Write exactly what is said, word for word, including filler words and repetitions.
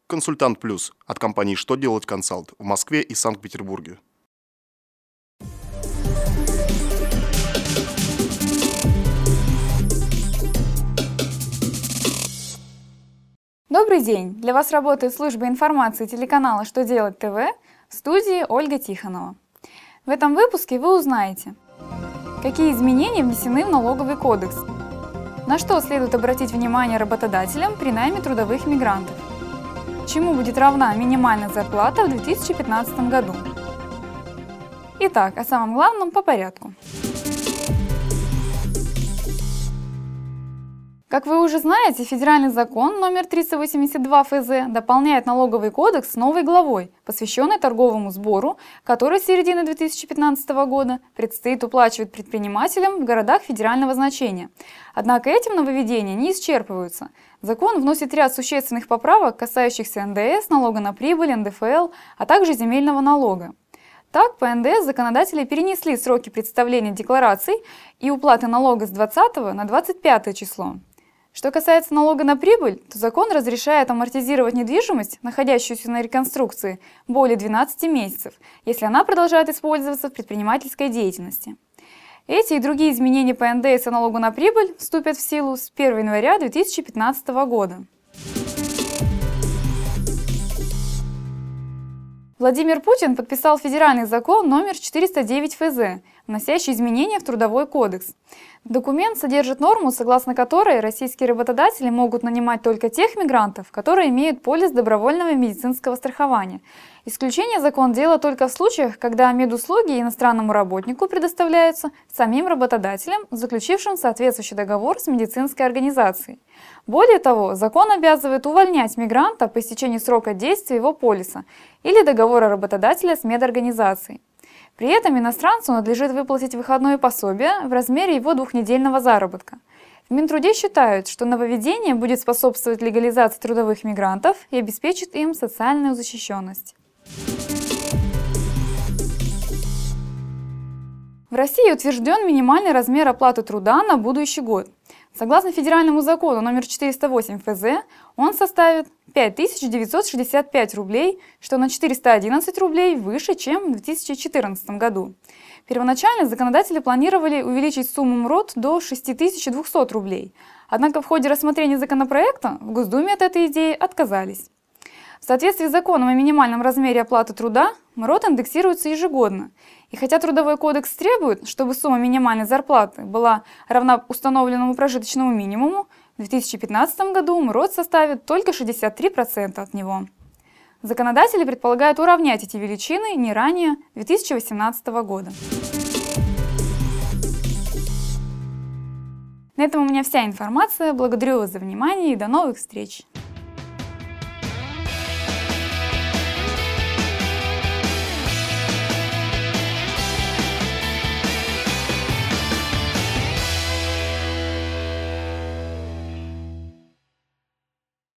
Консультант Плюс от компании «Что делать консалт» в Москве и Санкт-Петербурге. Добрый день! Для вас работает служба информации телеканала «Что делать ТВ», в студии Ольга Тихонова. В этом выпуске вы узнаете, какие изменения внесены в налоговый кодекс, на что следует обратить внимание работодателям при найме трудовых мигрантов, чему будет равна минимальная зарплата в две тысячи пятнадцатом году. Итак, о самом главном по порядку. Как вы уже знаете, федеральный закон номер триста восемьдесят два эф зэ дополняет налоговый кодекс новой главой, посвященной торговому сбору, который с середины две тысячи пятнадцатого года предстоит уплачивать предпринимателям в городах федерального значения. Однако этим нововведения не исчерпываются. Закон вносит ряд существенных поправок, касающихся эн дэ эс, налога на прибыль, эн дэ эф эл, а также земельного налога. Так, по эн дэ эс законодатели перенесли сроки представления деклараций и уплаты налога с двадцатого на двадцать пятое число. Что касается налога на прибыль, то закон разрешает амортизировать недвижимость, находящуюся на реконструкции, более двенадцати месяцев, если она продолжает использоваться в предпринимательской деятельности. Эти и другие изменения по эн дэ эс и налогу на прибыль вступят в силу с первого января две тысячи пятнадцатого года. Владимир Путин подписал федеральный закон номер четыреста девять эф зэ, вносящий изменения в Трудовой кодекс. Документ содержит норму, согласно которой российские работодатели могут нанимать только тех мигрантов, которые имеют полис добровольного медицинского страхования. Исключение закон делает только в случаях, когда медуслуги иностранному работнику предоставляются самим работодателем, заключившим соответствующий договор с медицинской организацией. Более того, закон обязывает увольнять мигранта по истечении срока действия его полиса или договора работодателя с медорганизацией. При этом иностранцу надлежит выплатить выходное пособие в размере его двухнедельного заработка. В Минтруде считают, что нововведение будет способствовать легализации трудовых мигрантов и обеспечит им социальную защищенность. В России утвержден минимальный размер оплаты труда на будущий год. Согласно федеральному закону номер четыреста восемь эф зэ, он составит пять тысяч девятьсот шестьдесят пять рублей, что на четыреста одиннадцать рублей выше, чем в две тысячи четырнадцатом году. Первоначально законодатели планировали увеличить сумму МРОТ до шести тысяч двухсот рублей, однако в ходе рассмотрения законопроекта в Госдуме от этой идеи отказались. В соответствии с законом о минимальном размере оплаты труда, МРОТ индексируется ежегодно. И хотя Трудовой кодекс требует, чтобы сумма минимальной зарплаты была равна установленному прожиточному минимуму, в две тысячи пятнадцатом году МРОТ составит только шестьдесят три процента от него. Законодатели предполагают уравнять эти величины не ранее две тысячи восемнадцатого года. На этом у меня вся информация. Благодарю вас за внимание и до новых встреч!